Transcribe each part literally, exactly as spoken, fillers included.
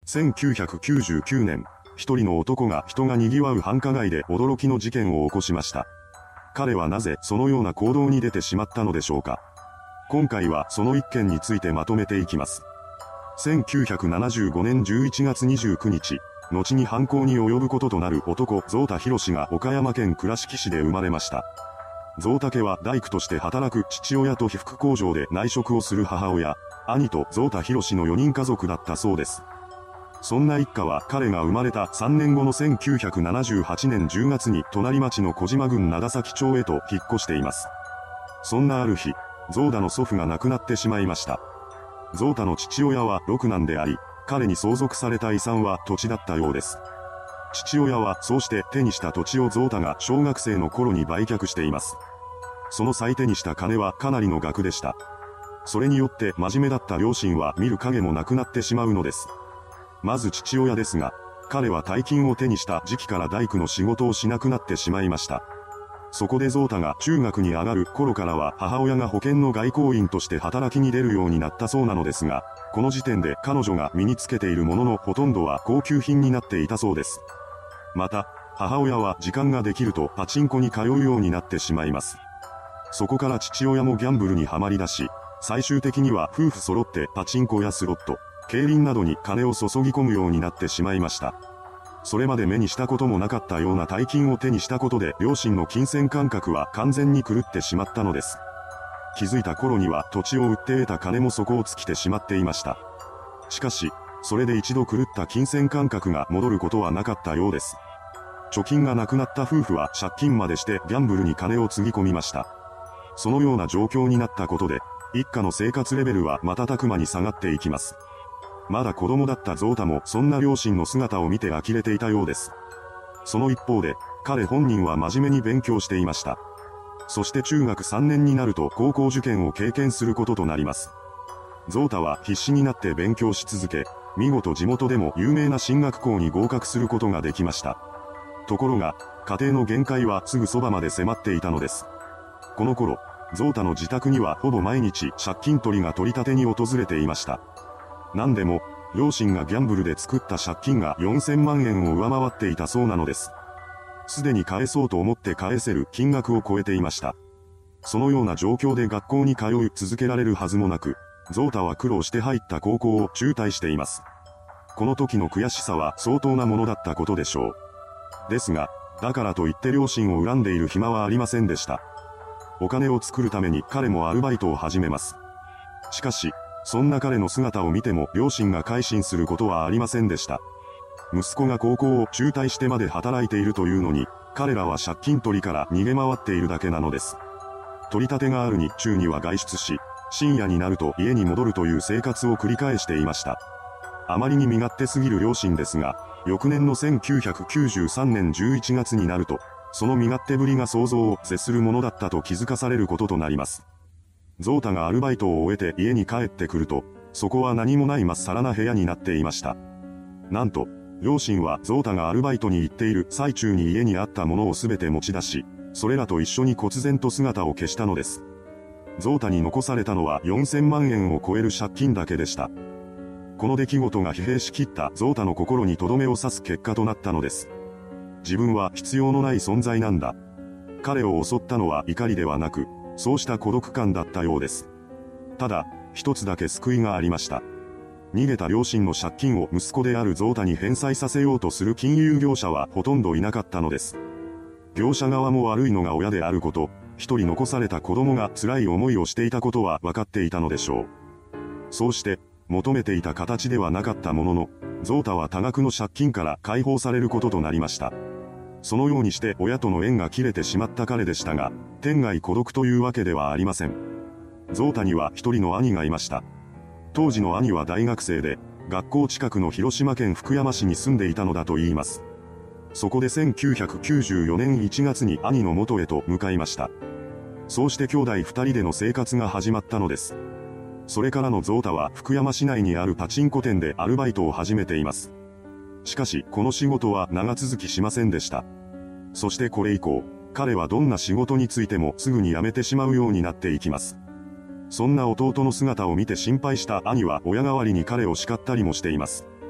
せんきゅうひゃくきゅうじゅうきゅうねん、一人の男が人が賑わう繁華街で驚きの事件を起こしました。彼はなぜそのような行動に出てしまったのでしょうか。今回はその一件についてまとめていきます。せんきゅうひゃくななじゅうごねんじゅういちがつにじゅうくにち、後に犯行に及ぶこととなる男蔵田博が岡山県倉敷市で生まれました。蔵田家は大工として働く父親と被服工場で内職をする母親、兄と蔵田博のよにん家族だったそうです。そんな一家は彼が生まれたさんねんごのせんきゅうひゃくななじゅうはちねんじゅうがつに隣町の小島郡長崎町へと引っ越しています。そんなある日、蔵田の祖父が亡くなってしまいました。蔵田の父親は六男であり、彼に相続された遺産は土地だったようです。父親はそうして手にした土地を蔵田が小学生の頃に売却しています。その最手にした金はかなりの額でした。それによって真面目だった両親は見る影もなくなってしまうのです。まず父親ですが、彼は大金を手にした時期から大工の仕事をしなくなってしまいました。そこで蔵田が中学に上がる頃からは母親が保険の外交員として働きに出るようになったそうなのですが、この時点で彼女が身につけているもののほとんどは高級品になっていたそうです。また、母親は時間ができるとパチンコに通うようになってしまいます。そこから父親もギャンブルにはまり出し、最終的には夫婦揃ってパチンコやスロット、競輪などに金を注ぎ込むようになってしまいました。それまで目にしたこともなかったような大金を手にしたことで両親の金銭感覚は完全に狂ってしまったのです。気づいた頃には土地を売って得た金も底を尽きてしまっていました。しかし、それで一度狂った金銭感覚が戻ることはなかったようです。貯金がなくなった夫婦は借金までしてギャンブルに金をつぎ込みました。そのような状況になったことで、一家の生活レベルは瞬く間に下がっていきます。まだ子供だった蔵田もそんな両親の姿を見て呆れていたようです。その一方で、彼本人は真面目に勉強していました。そして中学さんねんになると高校受験を経験することとなります。蔵田は必死になって勉強し続け、見事地元でも有名な進学校に合格することができました。ところが、家庭の限界はすぐそばまで迫っていたのです。この頃、蔵田の自宅にはほぼ毎日借金取りが取り立てに訪れていました。何でも、両親がギャンブルで作った借金がよんせんまんえんを上回っていたそうなのです。すでに返そうと思って返せる金額を超えていました。そのような状況で学校に通い続けられるはずもなく、蔵田は苦労して入った高校を中退しています。この時の悔しさは相当なものだったことでしょう。ですが、だからといって両親を恨んでいる暇はありませんでした。お金を作るために彼もアルバイトを始めます。しかし、そんな彼の姿を見ても両親が改心することはありませんでした。息子が高校を中退してまで働いているというのに、彼らは借金取りから逃げ回っているだけなのです。取り立てがある日中には外出し、深夜になると家に戻るという生活を繰り返していました。あまりに身勝手すぎる両親ですが、翌年のせんきゅうひゃくきゅうじゅうさんねんじゅういちがつになると、その身勝手ぶりが想像を絶するものだったと気づかされることとなります。蔵田がアルバイトを終えて家に帰ってくると、そこは何もないまっさらな部屋になっていました。なんと、両親は蔵田がアルバイトに行っている最中に家にあったものをすべて持ち出し、それらと一緒に忽然と姿を消したのです。蔵田に残されたのはよんせんまんえんを超える借金だけでした。この出来事が疲弊しきった蔵田の心にとどめを刺す結果となったのです。自分は必要のない存在なんだ。彼を襲ったのは怒りではなく、そうした孤独感だったようです。ただ、一つだけ救いがありました。逃げた両親の借金を息子である蔵田に返済させようとする金融業者はほとんどいなかったのです。業者側も悪いのが親であること、一人残された子供が辛い思いをしていたことは分かっていたのでしょう。そうして、求めていた形ではなかったものの、蔵田は多額の借金から解放されることとなりました。そのようにして親との縁が切れてしまった彼でしたが、天涯孤独というわけではありません。蔵田には一人の兄がいました。当時の兄は大学生で、学校近くの広島県福山市に住んでいたのだと言います。そこでせんきゅうひゃくきゅうじゅうよねんいちがつに兄の元へと向かいました。そうして兄弟二人での生活が始まったのです。それからの蔵田は福山市内にあるパチンコ店でアルバイトを始めています。しかし、この仕事は長続きしませんでした。そしてこれ以降、彼はどんな仕事についてもすぐに辞めてしまうようになっていきます。そんな弟の姿を見て心配した兄は親代わりに彼を叱ったりもしています。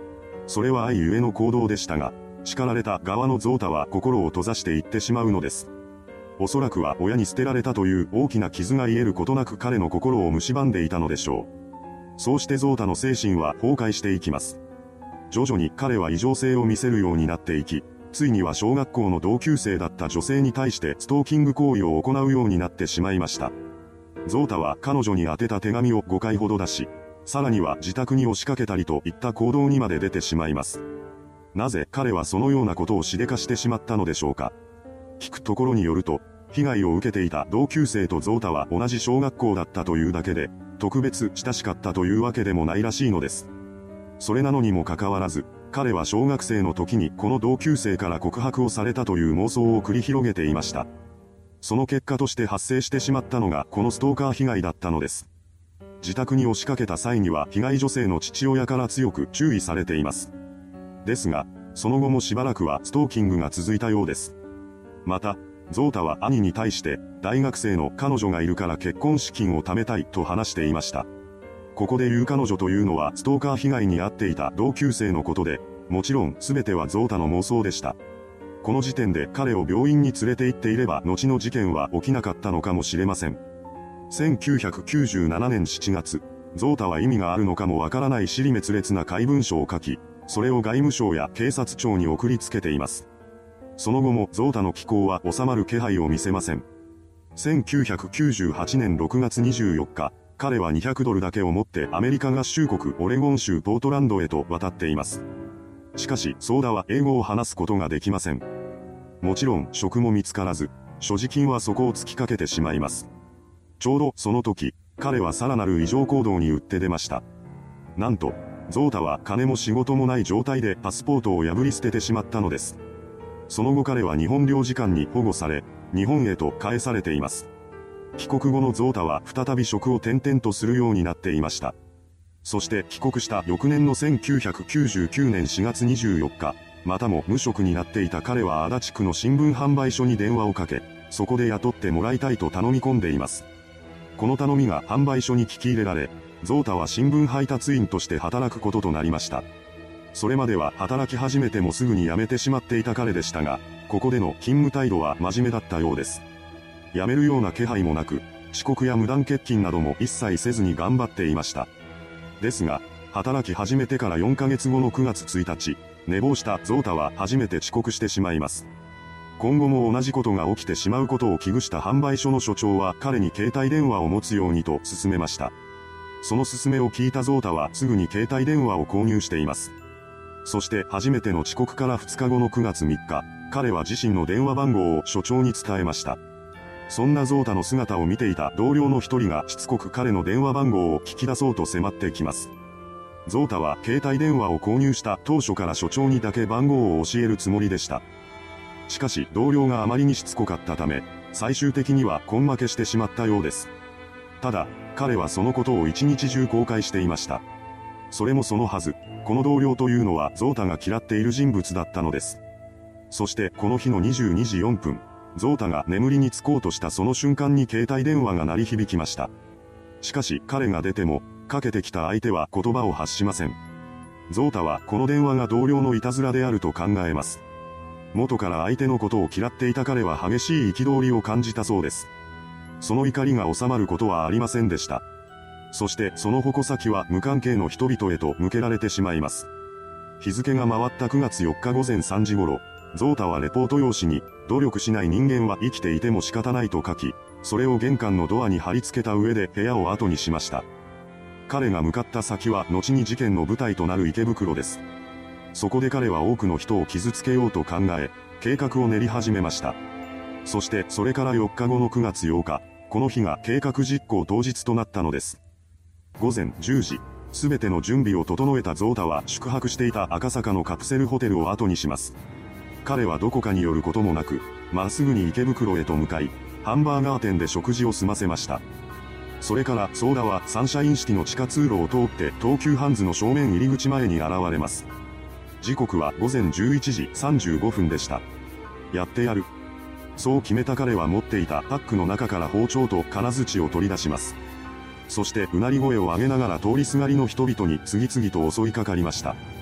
それは愛ゆえの行動でしたが、叱られた側のゾータは心を閉ざしていってしまうのです。おそらくは親に捨てられたという大きな傷が癒えることなく彼の心を蝕んでいたのでしょう。そうしてゾータの精神は崩壊していきます。徐々に彼は異常性を見せるようになっていき、ついには小学校の同級生だった女性に対してストーキング行為を行うようになってしまいました。ゾータは彼女に宛てた手紙をごかいほど出し、さらには自宅に押しかけたりといった行動にまで出てしまいます。なぜ彼はそのようなことをしでかしてしまったのでしょうか。聞くところによると、被害を受けていた同級生とゾータは同じ小学校だったというだけで、特別親しかったというわけでもないらしいのです。それなのにもかかわらず、彼は小学生の時にこの同級生から告白をされたという妄想を繰り広げていました。その結果として発生してしまったのがこのストーカー被害だったのです。自宅に押しかけた際には被害女性の父親から強く注意されています。ですが、その後もしばらくはストーキングが続いたようです。また、ゾータは兄に対して、大学生の彼女がいるから結婚資金を貯めたいと話していました。ここで言う彼女というのはストーカー被害に遭っていた同級生のことで、もちろん全てはゾータの妄想でした。この時点で彼を病院に連れて行っていれば後の事件は起きなかったのかもしれません。せんきゅうひゃくきゅうじゅうななねんしちがつ、ゾータは意味があるのかもわからない支離滅裂な怪文書を書き、それを外務省や警察庁に送りつけています。その後もゾータの気候は収まる気配を見せません。せんきゅうひゃくきゅうじゅうはちねんろくがつにじゅうよっか、彼はにひゃくドルだけを持ってアメリカ合衆国オレゴン州ポートランドへと渡っています。しかし、ソーダは英語を話すことができません。もちろん、職も見つからず、所持金はそこを突きかけてしまいます。ちょうどその時、彼はさらなる異常行動に打って出ました。なんと、ゾータは金も仕事もない状態でパスポートを破り捨ててしまったのです。その後彼は日本領事館に保護され、日本へと返されています。帰国後のゾータは再び職を転々とするようになっていました。そして帰国した翌年のせんきゅうひゃくきゅうじゅうきゅうねんしがつにじゅうよっか、またも無職になっていた彼は足立区の新聞販売所に電話をかけ、そこで雇ってもらいたいと頼み込んでいます。この頼みが販売所に聞き入れられ、ゾータは新聞配達員として働くこととなりました。それまでは働き始めてもすぐに辞めてしまっていた彼でしたが、ここでの勤務態度は真面目だったようです。辞めるような気配もなく、遅刻や無断欠勤なども一切せずに頑張っていました。ですが、働き始めてからよんかげつごのくがつついたち、寝坊したゾータは初めて遅刻してしまいます。今後も同じことが起きてしまうことを危惧した販売所の所長は彼に携帯電話を持つようにと勧めました。その勧めを聞いたゾータはすぐに携帯電話を購入しています。そして初めての遅刻からふつかごのくがつみっか、彼は自身の電話番号を所長に伝えました。そんなゾータの姿を見ていた同僚の一人がしつこく彼の電話番号を聞き出そうと迫ってきます。ゾータは携帯電話を購入した当初から所長にだけ番号を教えるつもりでした。しかし同僚があまりにしつこかったため、最終的には根負けしてしまったようです。ただ、彼はそのことを一日中後悔していました。それもそのはず、この同僚というのはゾータが嫌っている人物だったのです。そしてこの日のにじゅうにじよんぷん、ゾータが眠りにつこうとしたその瞬間に携帯電話が鳴り響きました。しかし彼が出ても、かけてきた相手は言葉を発しません。ゾータはこの電話が同僚のいたずらであると考えます。元から相手のことを嫌っていた彼は激しい憤りを感じたそうです。その怒りが収まることはありませんでした。そしてその矛先は無関係の人々へと向けられてしまいます。日付が回ったくがつよっかごぜんさんじごろ、ゾータはレポート用紙に、努力しない人間は生きていても仕方ないと書き、それを玄関のドアに貼り付けた上で部屋を後にしました。彼が向かった先は後に事件の舞台となる池袋です。そこで彼は多くの人を傷つけようと考え、計画を練り始めました。そしてそれからよっかごのくがつようか、この日が計画実行当日となったのです。ごぜんじゅうじ、すべての準備を整えたゾータは宿泊していた赤坂のカプセルホテルを後にします。彼はどこかによることもなく、まっすぐに池袋へと向かい、ハンバーガー店で食事を済ませました。それからソーダはサンシャインシティの地下通路を通って東急ハンズの正面入り口前に現れます。時刻はごぜんじゅういちじさんじゅうごふんでした。やってやる。そう決めた彼は持っていたパックの中から包丁と金槌を取り出します。そしてうなり声を上げながら通りすがりの人々に次々と襲いかかりました。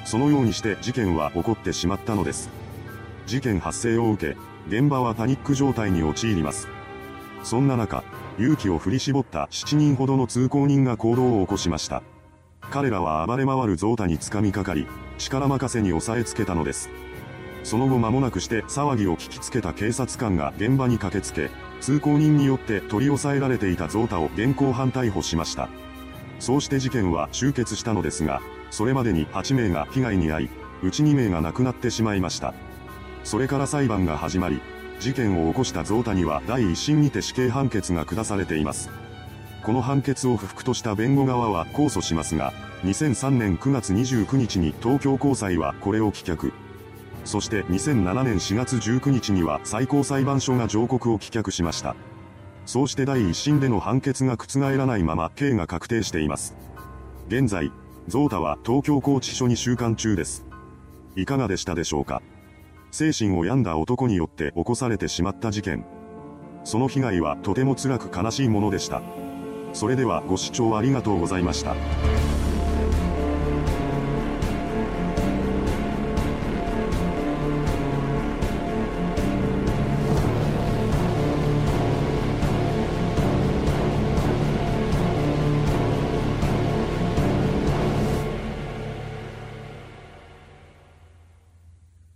そのようにして事件は起こってしまったのです。事件発生を受け、現場はパニック状態に陥ります。そんな中、勇気を振り絞ったしちにんほどの通行人が行動を起こしました。彼らは暴れ回るゾウタに掴みかかり、力任せに押さえつけたのです。その後間もなくして騒ぎを聞きつけた警察官が現場に駆けつけ、通行人によって取り押さえられていたゾウタを現行犯逮捕しました。そうして事件は終結したのですが、それまでにはちめいが被害に遭い、うちにめいが亡くなってしまいました。それから裁判が始まり、事件を起こしたゾウタには第一審にて死刑判決が下されています。この判決を不服とした弁護側は控訴しますが、にせんさんねんくがつにじゅうくにちに東京高裁はこれを棄却。そしてにせんななねんしがつじゅうくにちには最高裁判所が上告を棄却しました。そうして第一審での判決が覆らないまま刑が確定しています。現在、ゾウタは東京拘置所に収監中です。いかがでしたでしょうか。精神を病んだ男によって起こされてしまった事件。その被害はとても辛く悲しいものでした。それではご視聴ありがとうございました。